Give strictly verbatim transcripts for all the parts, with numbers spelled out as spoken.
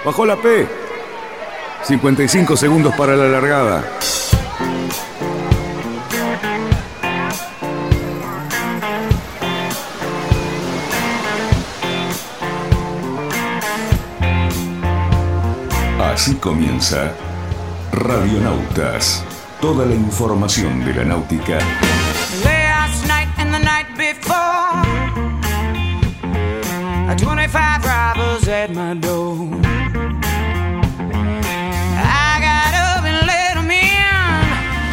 Bajó la P. cincuenta y cinco segundos para la largada. Así comienza Radionautas. Toda la información de la náutica. Last night and the night before, twenty-five robbers at my door. I got up and let 'em in.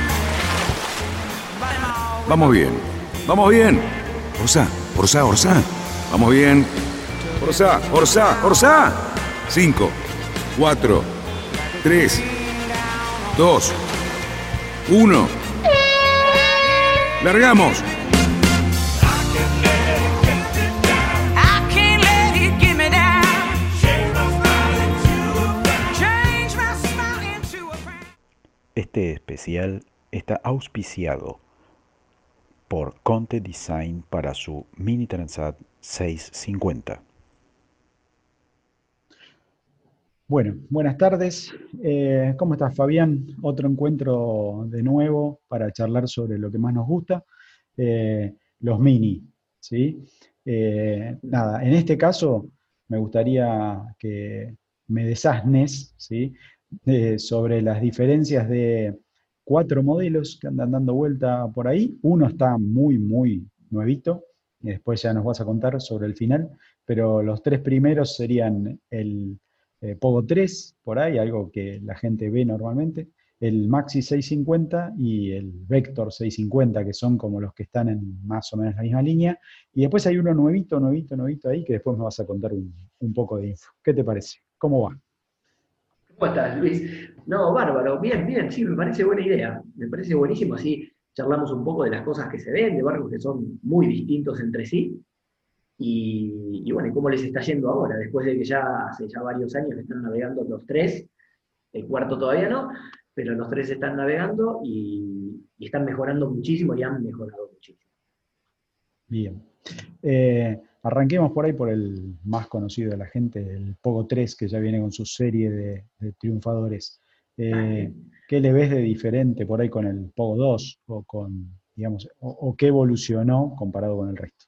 Vamos bien, vamos bien. Orsá, Orsá, Orsá. Vamos bien. Orsá, Orsá, Orsá. Cinco, cuatro, tres, dos, uno. ¡Largamos! Este especial está auspiciado por Conte Design para su Mini Transat seiscientos cincuenta. Bueno, buenas tardes. Eh, ¿Cómo estás, Fabián? Otro encuentro de nuevo para charlar sobre lo que más nos gusta, eh, los Mini, ¿sí? Eh, nada, en este caso me gustaría que me desasnes, ¿sí? Eh, sobre las diferencias de cuatro modelos que andan dando vuelta por ahí. Uno está muy, muy nuevito, y después ya nos vas a contar sobre el final, pero los tres primeros serían el Eh, Pogo tres, por ahí, algo que la gente ve normalmente, el Maxi seiscientos cincuenta y el Vector seiscientos cincuenta, que son como los que están en más o menos la misma línea, y después hay uno nuevito, nuevito, nuevito ahí, que después me vas a contar un, un poco de info. ¿Qué te parece? ¿Cómo va? ¿Cómo estás, Luis? No, bárbaro, bien, bien, sí, me parece buena idea, me parece buenísimo, así charlamos un poco de las cosas que se ven, de barcos que son muy distintos entre sí. Y, y bueno, ¿cómo les está yendo ahora? Después de que ya hace ya varios años que están navegando los tres, el cuarto todavía no, pero los tres están navegando y, y están mejorando muchísimo y han mejorado muchísimo. Bien. Eh, arranquemos por ahí por el más conocido de la gente, el Pogo tres, que ya viene con su serie de, de triunfadores. Eh, ¿Qué le ves de diferente por ahí con el Pogo dos? O con, digamos, o, o qué evolucionó comparado con el resto?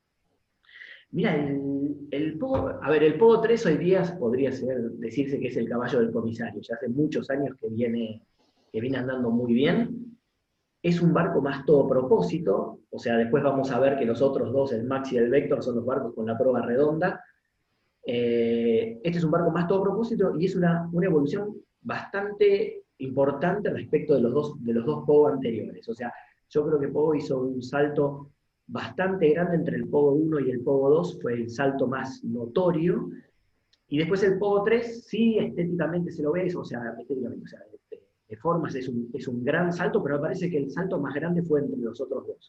Mira, el, el Pogo, a ver, el Pogo tres hoy día podría ser, decirse que es el caballo del comisario, ya hace muchos años que viene, que viene andando muy bien. Es un barco más todo propósito, o sea, después vamos a ver que los otros dos, el Maxi y el Vector, son los barcos con la proa redonda. Eh, este es un barco más todo propósito y es una, una evolución bastante importante respecto de los dos, de los dos Pogo anteriores. O sea, yo creo que Pogo hizo un salto bastante grande entre el Pogo uno y el Pogo dos, fue el salto más notorio, y después el Pogo tres, sí, estéticamente se lo ve, o sea, estéticamente, o sea, de, de formas es un, es un gran salto, pero me parece que el salto más grande fue entre los otros dos.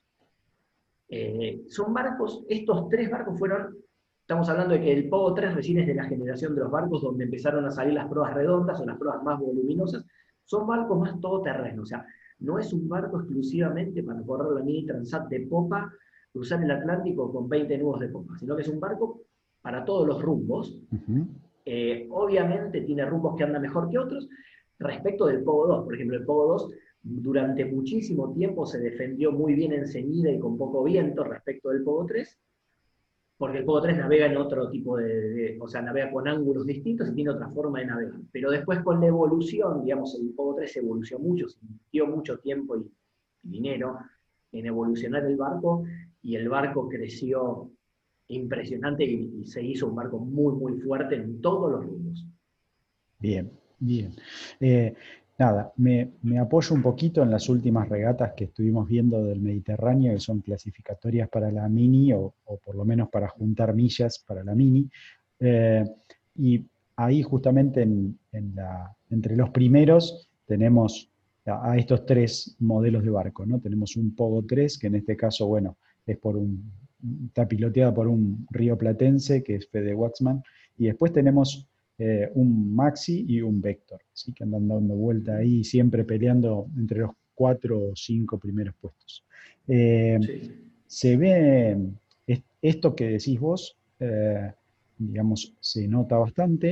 Eh, son barcos, estos tres barcos fueron, estamos hablando de que el Pogo tres recién es de la generación de los barcos donde empezaron a salir las proas redondas o las proas más voluminosas, son barcos más todoterreno, o sea, no es un barco exclusivamente para correr la Mini Transat de popa, cruzar el Atlántico con veinte nudos de popa, sino que es un barco para todos los rumbos. Uh-huh. Eh, obviamente tiene rumbos que andan mejor que otros. Respecto del Pogo dos, por ejemplo, el Pogo dos durante muchísimo tiempo se defendió muy bien en ceñida y con poco viento respecto del Pogo tres, porque el Pogo tres navega en otro tipo de, de, o sea, navega con ángulos distintos y tiene otra forma de navegar. Pero después con la evolución, digamos, el Pogo tres evolucionó mucho, se invirtió mucho tiempo y, y dinero en evolucionar el barco, y el barco creció impresionante y, y se hizo un barco muy, muy fuerte en todos los rumbos. Bien, bien. Eh, nada, me, me apoyo un poquito en las últimas regatas que estuvimos viendo del Mediterráneo, que son clasificatorias para la Mini, o, o por lo menos para juntar millas para la Mini. Eh, y ahí justamente en, en la, entre los primeros tenemos a, a estos tres modelos de barco, ¿no? Tenemos un Pogo tres, que en este caso, bueno, es por un, está piloteada por un rioplatense, que es Fede Waxman, y después tenemos eh, un Maxi y un Vector, ¿sí? Que andan dando vuelta ahí, siempre peleando entre los cuatro o cinco primeros puestos. Eh, sí. Se ve, esto que decís vos, eh, digamos, se nota bastante,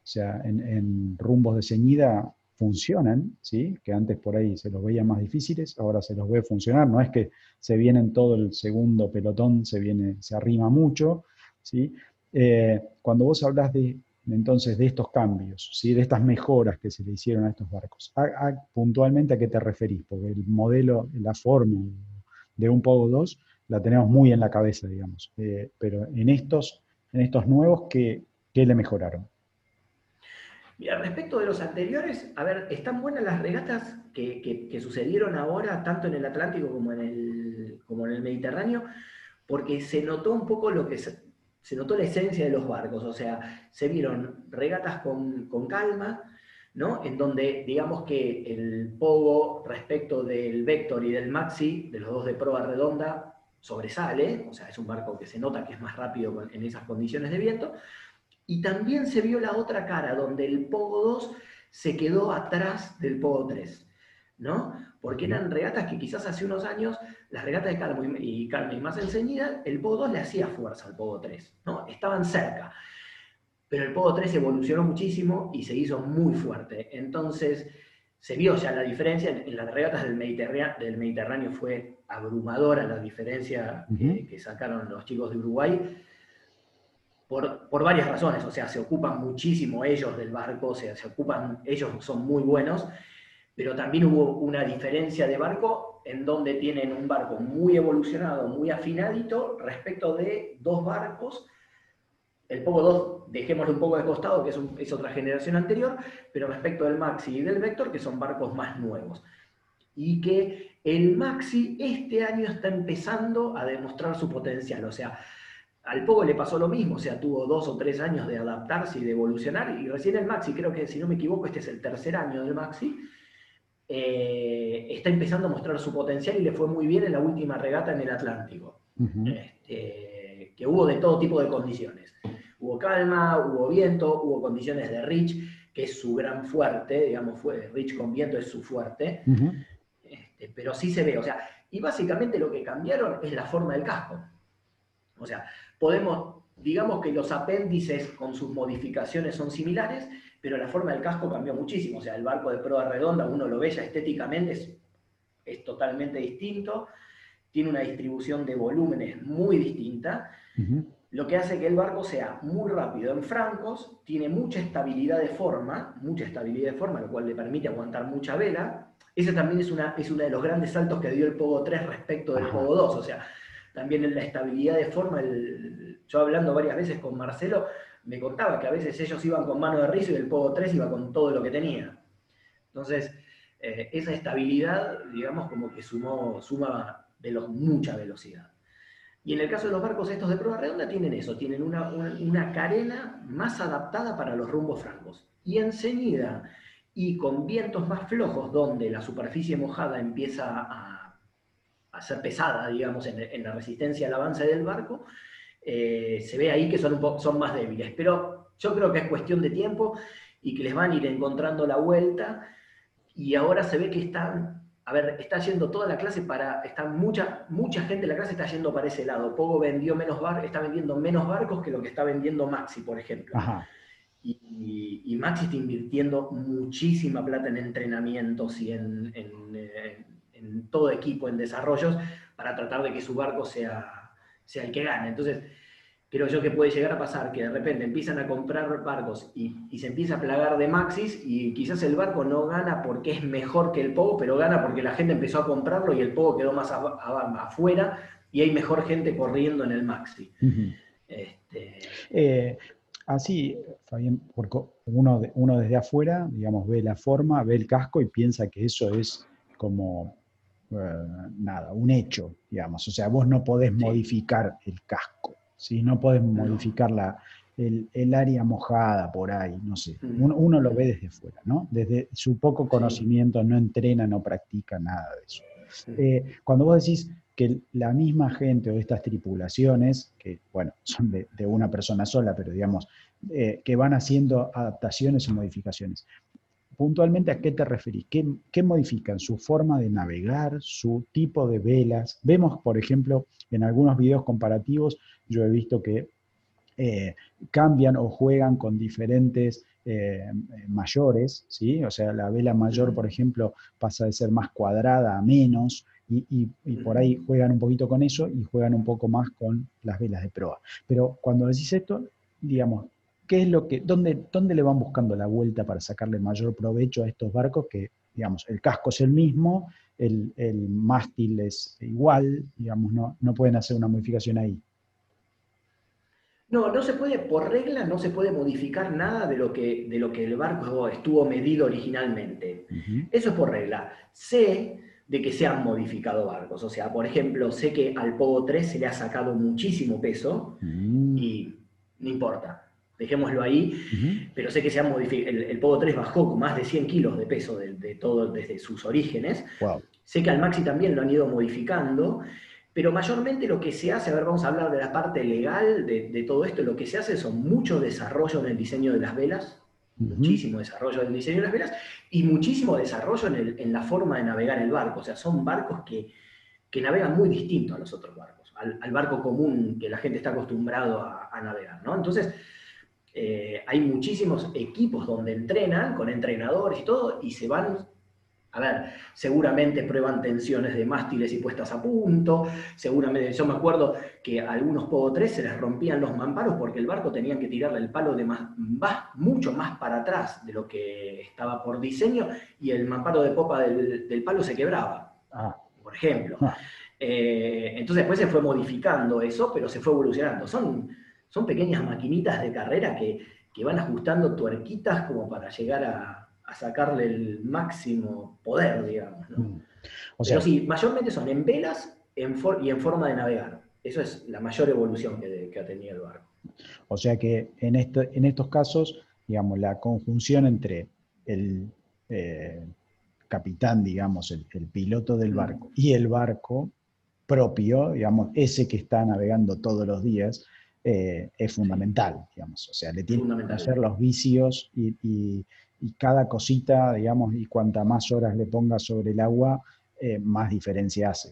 sea, en, en rumbos de ceñida funcionan, ¿sí? Que antes por ahí se los veía más difíciles, ahora se los ve funcionar. No es que se viene todo el segundo pelotón, se viene, se arrima mucho, ¿sí? Eh, cuando vos hablas de, entonces, de estos cambios, ¿sí? De estas mejoras que se le hicieron a estos barcos, a, a, puntualmente ¿a qué te referís? Porque el modelo, la forma de un Pogo dos la tenemos muy en la cabeza, digamos. Eh, pero en estos, en estos nuevos, ¿qué, qué le mejoraron? Mira, respecto de los anteriores, a ver, están buenas las regatas que, que, que sucedieron ahora, tanto en el Atlántico como en el, como en el Mediterráneo, porque se notó un poco lo que se, se notó la esencia de los barcos, o sea, se vieron regatas con, con calma, ¿no? En donde, digamos que el Pogo respecto del Vector y del Maxi, de los dos de proa redonda, sobresale, o sea, es un barco que se nota que es más rápido en esas condiciones de viento. Y también se vio la otra cara, donde el Pogo dos se quedó atrás del Pogo tres, ¿no? Porque eran regatas que quizás hace unos años, las regatas de Calma y, Calma y más enseñida, el Pogo dos le hacía fuerza al Pogo tres, ¿no? Estaban cerca. Pero el Pogo tres evolucionó muchísimo y se hizo muy fuerte. Entonces, se vio ya la diferencia. En las regatas del Mediterráneo, del Mediterráneo fue abrumadora la diferencia uh-huh. que, que sacaron los chicos de Uruguay. Por, por varias razones, o sea, se ocupan muchísimo ellos del barco, o sea, se ocupan, ellos son muy buenos, pero también hubo una diferencia de barco en donde tienen un barco muy evolucionado, muy afinadito, respecto de dos barcos. El Pogo dos, dejémoslo un poco de costado, que es, un, es otra generación anterior, pero respecto del Maxi y del Vector, que son barcos más nuevos. Y que el Maxi este año está empezando a demostrar su potencial, o sea, al Pogo le pasó lo mismo, o sea, tuvo dos o tres años de adaptarse y de evolucionar, y recién el Maxi, creo que si no me equivoco, este es el tercer año del Maxi, eh, está empezando a mostrar su potencial y le fue muy bien en la última regata en el Atlántico, uh-huh. este, que hubo de todo tipo de condiciones. Hubo calma, hubo viento, hubo condiciones de Rich, que es su gran fuerte, digamos, fue, Rich con viento es su fuerte, uh-huh. este, pero sí se ve, o sea, y básicamente lo que cambiaron es la forma del casco. O sea, podemos, digamos que los apéndices con sus modificaciones son similares, pero la forma del casco cambió muchísimo. O sea, el barco de proa redonda, uno lo ve ya estéticamente, es, es totalmente distinto, tiene una distribución de volúmenes muy distinta, uh-huh. lo que hace que el barco sea muy rápido en francos, tiene mucha estabilidad de forma, mucha estabilidad de forma, lo cual le permite aguantar mucha vela. Ese también es, una, es uno de los grandes saltos que dio el Pogo tres respecto del Pogo dos, o sea, también en la estabilidad de forma, el, yo hablando varias veces con Marcelo, me contaba que a veces ellos iban con mano de rizo y el Pogo tres iba con todo lo que tenía. Entonces, eh, esa estabilidad, digamos, como que sumó, suma velo, mucha velocidad. Y en el caso de los barcos estos de proa redonda tienen eso, tienen una, una, una carena más adaptada para los rumbos francos. Y enseguida, y con vientos más flojos, donde la superficie mojada empieza a a ser pesada, digamos, en, en la resistencia al avance del barco, eh, se ve ahí que son, un poco, son más débiles. Pero yo creo que es cuestión de tiempo y que les van a ir encontrando la vuelta, y ahora se ve que están, a ver, está yendo toda la clase para, está mucha, mucha gente de la clase está yendo para ese lado. Pogo vendió menos bar, está vendiendo menos barcos que lo que está vendiendo Maxi, por ejemplo. Ajá. Y, y, y Maxi está invirtiendo muchísima plata en entrenamientos y en, en, en en todo equipo, en desarrollos, para tratar de que su barco sea, sea el que gane. Entonces, creo yo que puede llegar a pasar que de repente empiezan a comprar barcos y, y se empieza a plagar de Maxis, y quizás el barco no gana porque es mejor que el Pogo, pero gana porque la gente empezó a comprarlo y el Pogo quedó más a, a, afuera y hay mejor gente corriendo en el Maxi. Uh-huh. este... eh, así, Fabián, porque uno, de, uno desde afuera, digamos, ve la forma, ve el casco y piensa que eso es como... Uh, nada, un hecho, digamos, o sea, vos no podés sí. modificar el casco, ¿sí? No podés no. modificar la, el, el área mojada por ahí, no sé, mm. uno, uno lo ve desde fuera, ¿no? Desde su poco conocimiento, sí. no entrena, no practica nada de eso. Sí. Eh, cuando vos decís que la misma gente o estas tripulaciones, que bueno, son de, de una persona sola, pero digamos, eh, que van haciendo adaptaciones y modificaciones, puntualmente, ¿a qué te referís? ¿Qué, ¿Qué modifican? ¿Su forma de navegar? ¿Su tipo de velas? Vemos, por ejemplo, en algunos videos comparativos, yo he visto que eh, cambian o juegan con diferentes eh, mayores, ¿sí? O sea, la vela mayor, por ejemplo, pasa de ser más cuadrada a menos, y, y, y por ahí juegan un poquito con eso y juegan un poco más con las velas de proa. Pero cuando decís esto, digamos, ¿qué es lo que, dónde, dónde le van buscando la vuelta para sacarle mayor provecho a estos barcos que, digamos, el casco es el mismo, el, el mástil es igual, digamos, no, no pueden hacer una modificación ahí? No, no se puede, por regla, no se puede modificar nada de lo que, de lo que el barco estuvo medido originalmente. Uh-huh. Eso es por regla. Sé de que se han modificado barcos. O sea, por ejemplo, sé que al Pogo tres se le ha sacado muchísimo peso Uh-huh. y no importa, dejémoslo ahí, Uh-huh. pero sé que se han modificado. El, el Pogo tres bajó con más de cien kilos de peso de, de todo desde sus orígenes. Wow. Sé que al Maxi también lo han ido modificando. Pero mayormente lo que se hace, a ver, vamos a hablar de la parte legal de, de todo esto, lo que se hace son mucho desarrollo en el diseño de las velas, Uh-huh. muchísimo desarrollo en el diseño de las velas, y muchísimo desarrollo en, el, en la forma de navegar el barco. O sea, son barcos que, que navegan muy distinto a los otros barcos, al, al barco común que la gente está acostumbrado a, a navegar, ¿no? Entonces, eh, hay muchísimos equipos donde entrenan, con entrenadores y todo, y se van... A ver, seguramente prueban tensiones de mástiles y puestas a punto, seguramente, yo me acuerdo que a algunos Pogo tres se les rompían los mamparos porque el barco tenían que tirarle el palo de más, más, mucho más para atrás de lo que estaba por diseño, y el mamparo de popa del, del palo se quebraba, Ah. por ejemplo. Ah. Eh, entonces después se fue modificando eso, pero se fue evolucionando. Son, son pequeñas maquinitas de carrera que, que van ajustando tuerquitas como para llegar a... a sacarle el máximo poder, digamos, ¿no? Mm. O sea, pero sí, mayormente son en velas en for y en forma de navegar. Eso es la mayor evolución que, de, que ha tenido el barco. O sea que en, esto, en estos casos, digamos, la conjunción entre el eh, capitán, digamos, el, el piloto del barco, y el barco propio, digamos, ese que está navegando todos los días, eh, es fundamental, digamos. O sea, le tiene que conocer los vicios y, y y cada cosita, digamos, y cuanta más horas le ponga sobre el agua, eh, más diferencia hace.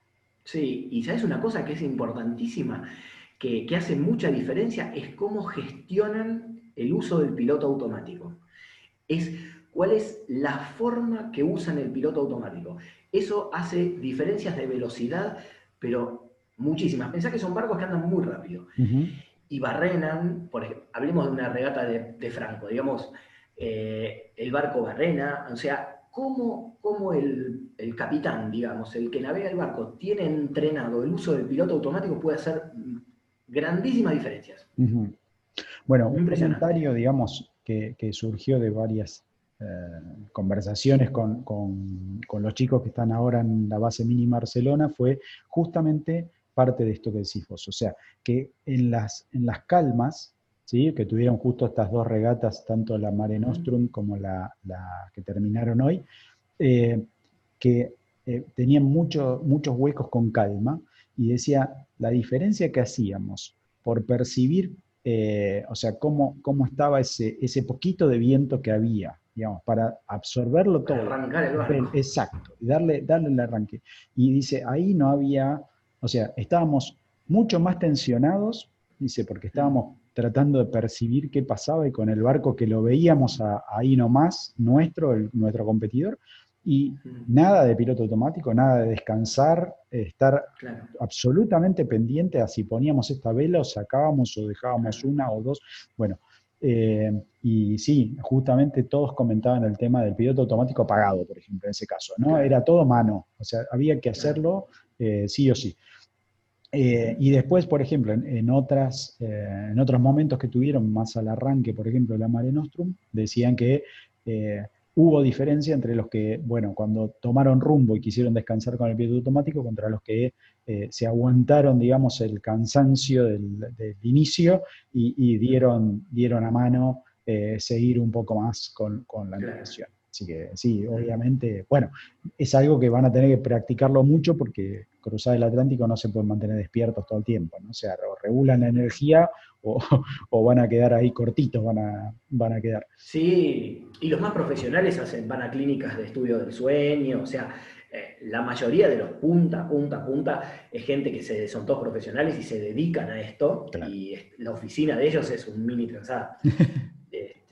Sí, y ¿sabes una cosa que es importantísima? Que, que hace mucha diferencia, es cómo gestionan el uso del piloto automático. Es cuál es la forma que usan el piloto automático. Eso hace diferencias de velocidad, pero muchísimas. Pensá que son barcos que andan muy rápido. Uh-huh. Y barrenan, por ejemplo, hablemos de una regata de, de Franco, digamos, Eh, el barco barrena, o sea, cómo, cómo el, el capitán, digamos, el que navega el barco, tiene entrenado el uso del piloto automático, puede hacer grandísimas diferencias. Uh-huh. Bueno, un comentario, digamos, que, que surgió de varias eh, conversaciones con, con, con los chicos que están ahora en la base Mini Barcelona fue justamente parte de esto que decís vos, o sea, que en las, en las calmas, ¿sí? Que tuvieron justo estas dos regatas, tanto la Mare Nostrum como la, la que terminaron hoy, eh, que eh, tenían mucho, muchos huecos con calma, y decía, la diferencia que hacíamos por percibir, eh, o sea, cómo, cómo estaba ese, ese poquito de viento que había, digamos, para absorberlo todo. Para arrancar el barco. Exacto, darle, darle el arranque. Y dice, ahí no había, o sea, estábamos mucho más tensionados, dice, porque estábamos tratando de percibir qué pasaba, y con el barco que lo veíamos a, ahí nomás, nuestro, el, nuestro competidor, y nada de piloto automático, nada de descansar, estar claro. absolutamente pendiente a si poníamos esta vela o sacábamos o dejábamos una o dos. Bueno, eh, y sí, justamente todos comentaban el tema del piloto automático apagado, por ejemplo, en ese caso, ¿no? Claro. Era todo mano, o sea, había que hacerlo eh, sí o sí. Eh, y después, por ejemplo, en, en, otras, eh, en otros momentos que tuvieron más al arranque, por ejemplo, la Mare Nostrum, decían que eh, hubo diferencia entre los que, bueno, cuando tomaron rumbo y quisieron descansar con el piloto automático, contra los que eh, se aguantaron, digamos, el cansancio del, del inicio y, y dieron, dieron a mano eh, seguir un poco más con, con la navegación. Así que sí, obviamente, bueno, es algo que van a tener que practicarlo mucho porque cruzar el Atlántico no se pueden mantener despiertos todo el tiempo, ¿no? O sea, o regulan la energía o, o van a quedar ahí cortitos, van a, van a quedar. Sí, y los más profesionales hacen, van a clínicas de estudio del sueño, o sea, eh, la mayoría de los punta, punta, punta, es gente que se, son todos profesionales y se dedican a esto, claro. Y la oficina de ellos es un mini transat.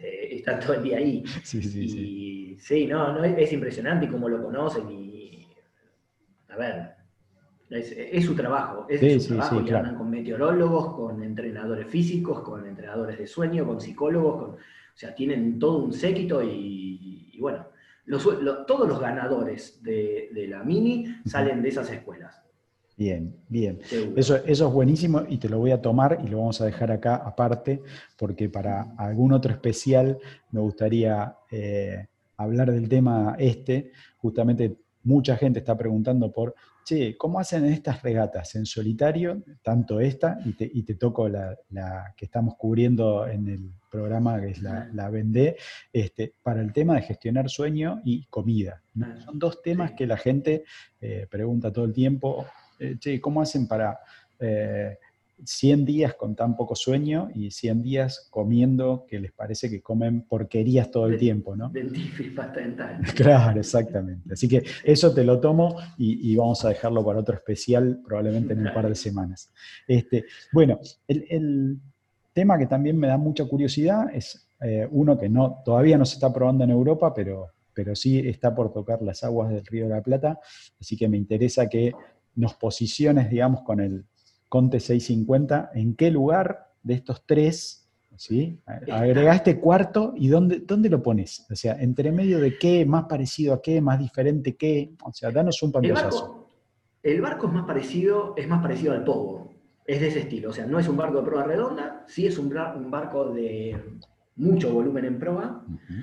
está todo el día ahí. Sí, sí, y sí. sí, no, no, es, es impresionante cómo lo conocen y, a ver, es, es su trabajo, ese es Sí, su sí, trabajo sí, y claro. andan con meteorólogos, con entrenadores físicos, con entrenadores de sueño, con psicólogos, con, o sea, tienen todo un séquito y, y bueno, los, lo, todos los ganadores de, de la Mini salen de esas escuelas. Bien, bien. Seguro. Eso, eso es buenísimo y te lo voy a tomar y lo vamos a dejar acá aparte, porque para algún otro especial me gustaría eh, hablar del tema este. Justamente mucha gente está preguntando por, che, ¿cómo hacen en estas regatas en solitario? Tanto esta, y te, y te toco la, la que estamos cubriendo en el programa, que es la, la Vendée, este, para el tema de gestionar sueño y comida, ¿no? Son dos temas Sí. que la gente eh, pregunta todo el tiempo. Eh, che, ¿cómo hacen para eh, cien días con tan poco sueño y cien días comiendo que les parece que comen porquerías todo el De, tiempo, ¿no? dentífrice pasta dental. Claro, exactamente. Así que Sí. eso te lo tomo y, y vamos a dejarlo para otro especial, probablemente en un par de Dale. semanas. Este, bueno, el, el tema que también me da mucha curiosidad es eh, uno que no, todavía no se está probando en Europa, pero, pero sí está por tocar las aguas del Río de la Plata, así que me interesa que nos posiciones, digamos, con el Conte seiscientos cincuenta, en qué lugar de estos tres, ¿sí? Agregaste cuarto y dónde, dónde lo pones, o sea, entre medio de qué, más parecido a qué, más diferente qué, o sea, danos un El pantallazo. barco, el barco es más parecido, es más parecido al Pogo, es de ese estilo, o sea, no es un barco de proa redonda, sí es un, un barco de mucho volumen en proa. Uh-huh.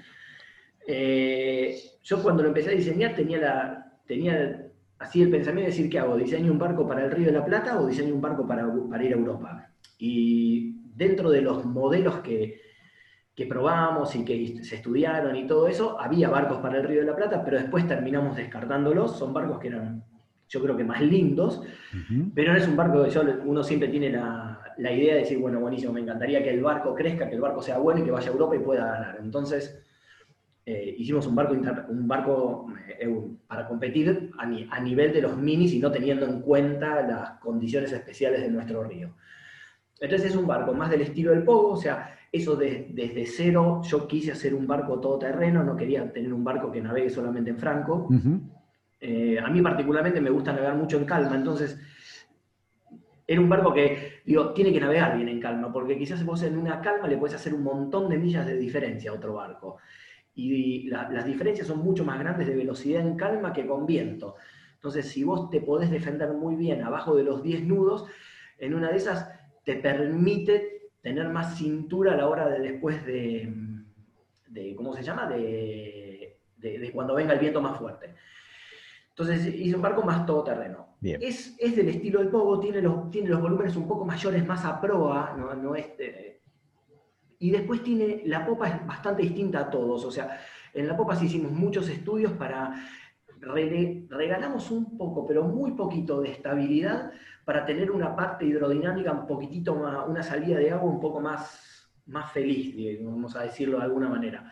Eh, yo cuando lo empecé a diseñar tenía, la, tenía así el pensamiento de decir, ¿qué hago? ¿Diseño un barco para el Río de la Plata o diseño un barco para, para ir a Europa? Y dentro de los modelos que, que probamos y que se estudiaron y todo eso, había barcos para el Río de la Plata, pero después terminamos descartándolos. Son barcos que eran, yo creo que más lindos, uh-huh. Pero no es un barco que yo, uno siempre tiene la, la idea de decir, bueno, buenísimo, me encantaría que el barco crezca, que el barco sea bueno y que vaya a Europa y pueda ganar. Entonces, eh, hicimos un barco, un barco eh, para competir a, ni, a nivel de los minis y no teniendo en cuenta las condiciones especiales de nuestro río. Entonces es un barco más del estilo del Pogo, o sea, eso de, desde cero yo quise hacer un barco todoterreno, no quería tener un barco que navegue solamente en franco. Uh-huh. eh, a mí particularmente me gusta navegar mucho en calma, entonces era un barco que, digo, tiene que navegar bien en calma, porque quizás vos en una calma le podés hacer un montón de millas de diferencia a otro barco. Y la, las diferencias son mucho más grandes de velocidad en calma que con viento. Entonces, si vos te podés defender muy bien abajo de los diez nudos, en una de esas te permite tener más cintura a la hora de después de, de ¿cómo se llama? De, de, de cuando venga el viento más fuerte. Entonces, hice un barco más todoterreno. Es, es del estilo del Pogo, tiene los, tiene los volúmenes un poco mayores, más a proa, no, no es... De, y después tiene, la popa es bastante distinta a todos, o sea, en la popa sí hicimos muchos estudios para, re, regalamos un poco, pero muy poquito de estabilidad para tener una parte hidrodinámica un poquitito más, una salida de agua un poco más, más feliz, vamos a decirlo de alguna manera.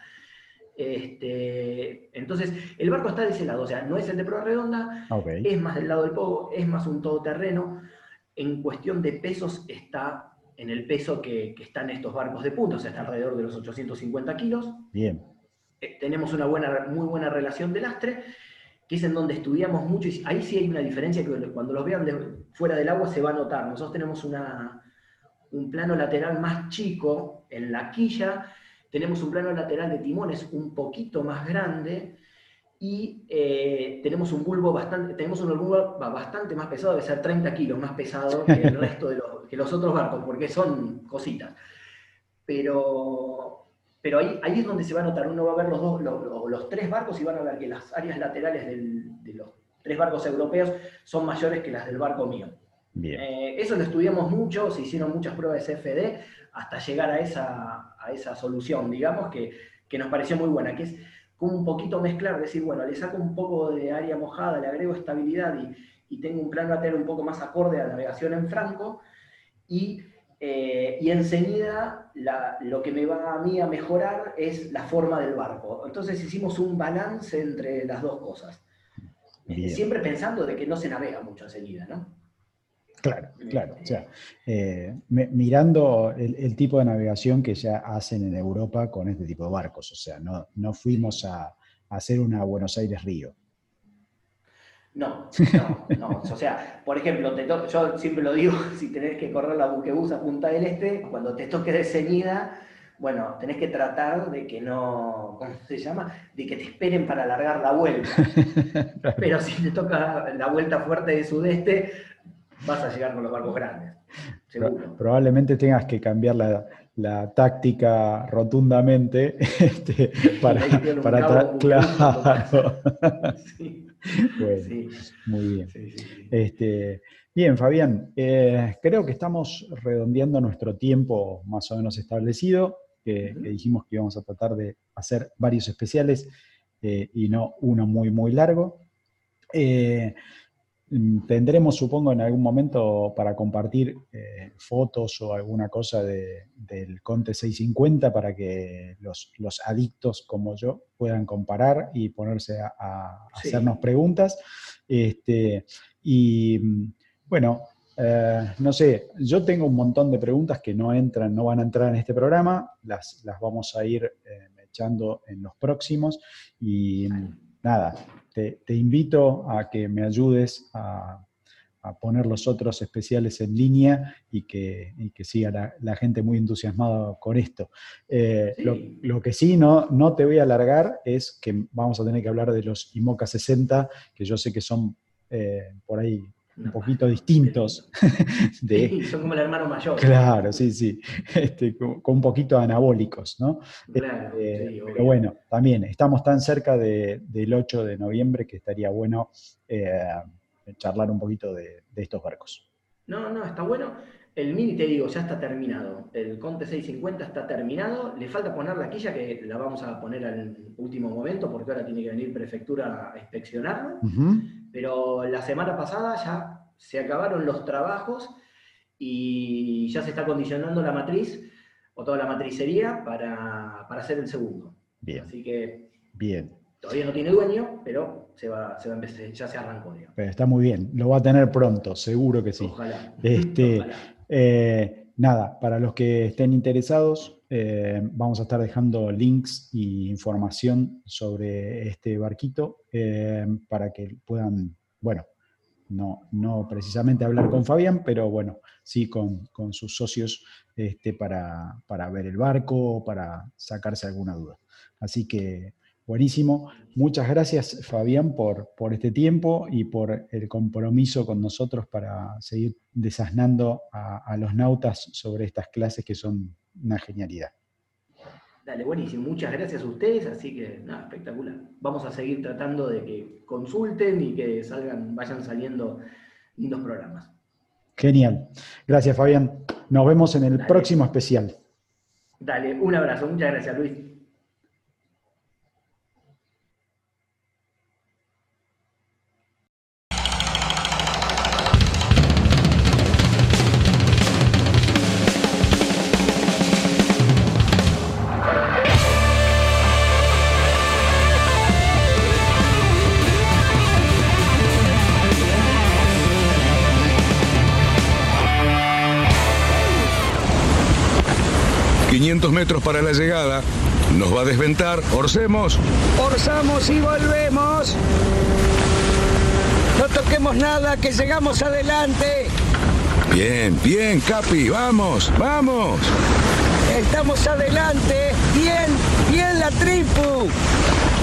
Este, entonces, el barco está de ese lado, o sea, no es el de proa redonda, okay. Es más del lado del Pogo, es más un todoterreno, en cuestión de pesos está... en el peso que, que están estos barcos de punta, o sea, está alrededor de los ochocientos cincuenta kilos. Bien. Eh, tenemos una buena, muy buena relación de lastre, que es en donde estudiamos mucho, y ahí sí hay una diferencia que cuando los vean de, fuera del agua se va a notar. Nosotros tenemos una, un plano lateral más chico en la quilla, tenemos un plano lateral de timones un poquito más grande, y eh, tenemos un bulbo bastante, tenemos un bulbo bastante más pesado, debe ser treinta kilos más pesado que el resto de los, que los otros barcos, porque son cositas. Pero, pero ahí, ahí es donde se va a notar, uno va a ver los, dos, los, los, los tres barcos y van a ver que las áreas laterales del, de los tres barcos europeos son mayores que las del barco mío. Bien. Eh, eso lo estudiamos mucho, se hicieron muchas pruebas de C F D hasta llegar a esa, a esa solución, digamos, que, que nos pareció muy buena, que es como un poquito mezclar, decir, bueno, le saco un poco de área mojada, le agrego estabilidad y, y tengo un plano lateral un poco más acorde a la navegación en franco, y, eh, y enseguida la, lo que me va a mí a mejorar es la forma del barco. Entonces hicimos un balance entre las dos cosas. Bien. Siempre pensando de que no se navega mucho enseguida, ¿no? Claro, claro. O sea, eh, me, mirando el, el tipo de navegación que ya hacen en Europa con este tipo de barcos. O sea, no, no fuimos a, a hacer una Buenos Aires-Río. No, no, no. O sea, por ejemplo, te to- yo siempre lo digo, si tenés que correr la buquebús a Punta del Este, cuando te toque de ceñida, bueno, tenés que tratar de que no, ¿cómo se llama? De que te esperen para alargar la vuelta. Pero si te toca la vuelta fuerte de sudeste, vas a llegar con los barcos grandes, seguro. Pro- probablemente tengas que cambiar la, la táctica rotundamente este, para, Y ahí tiene un para cabo, tra- un claro. Sí. Bueno, Sí. muy bien. Sí, sí, sí. Este, bien, Fabián, eh, creo que estamos redondeando nuestro tiempo más o menos establecido, que, Ujú. que dijimos que íbamos a tratar de hacer varios especiales eh, y no uno muy, muy largo. Eh, mm, tendremos, supongo, en algún momento para compartir eh, fotos o alguna cosa de- del Conte seiscientos cincuenta para que los, los adictos como yo puedan comparar y ponerse a, a Sí. hacernos preguntas. Este, y mm, bueno, eh, no sé, yo tengo un montón de preguntas que no entran, no van a entrar en este programa, las, las vamos a ir eh, echando en los próximos y mm, nada, te, te invito a que me ayudes a, a poner los otros especiales en línea y que, y que siga la, la gente muy entusiasmada con esto. Eh, Sí. lo, lo que sí no, no te voy a alargar es que vamos a tener que hablar de los IMOCA sesenta, que yo sé que son eh, por ahí un No, poquito distintos. de, Sí, son como el hermano mayor. Claro, sí, sí, este, con, con un poquito anabólicos, ¿no? Claro, Eh, sí, obvio. pero bueno, también estamos tan cerca de- del ocho de noviembre que estaría bueno eh, charlar un poquito de, de estos barcos. No, no, está bueno. El Mini, te digo, ya está terminado. El Conte seiscientos cincuenta está terminado. Le falta poner la quilla, que la vamos a poner al último momento, porque ahora tiene que venir Prefectura a inspeccionarlo. Ujú. Pero la semana pasada ya se acabaron los trabajos y ya se está condicionando la matriz, o toda la matricería, para, para hacer el segundo. Bien, Así que bien. todavía no tiene dueño, pero se va, se va a empezar, ya se arrancó, digamos. Pero está muy bien, lo va a tener pronto, seguro que sí. Ojalá. Este, Ojalá. eh, nada, para los que estén interesados, eh, vamos a estar dejando links e información sobre este barquito eh, para que puedan, bueno, no, no precisamente hablar con Fabián, pero bueno, sí con, con sus socios este, para, para ver el barco, para sacarse alguna duda. Así que buenísimo. Muchas gracias, Fabián, por, por este tiempo y por el compromiso con nosotros para seguir desasnando a, a los nautas sobre estas clases que son una genialidad. Dale, buenísimo. Muchas gracias a ustedes, así que nada, espectacular. Vamos a seguir tratando de que consulten y que salgan, vayan saliendo lindos programas. Genial. Gracias, Fabián. Nos vemos en el Dale. próximo especial. Dale, un abrazo. Muchas gracias, Luis. quinientos metros para la llegada. Nos va a desventar. Orcemos. Orzamos y volvemos. No toquemos nada, que llegamos adelante. Bien, bien, Capi. Vamos, vamos. Estamos adelante. Bien, bien la tripu.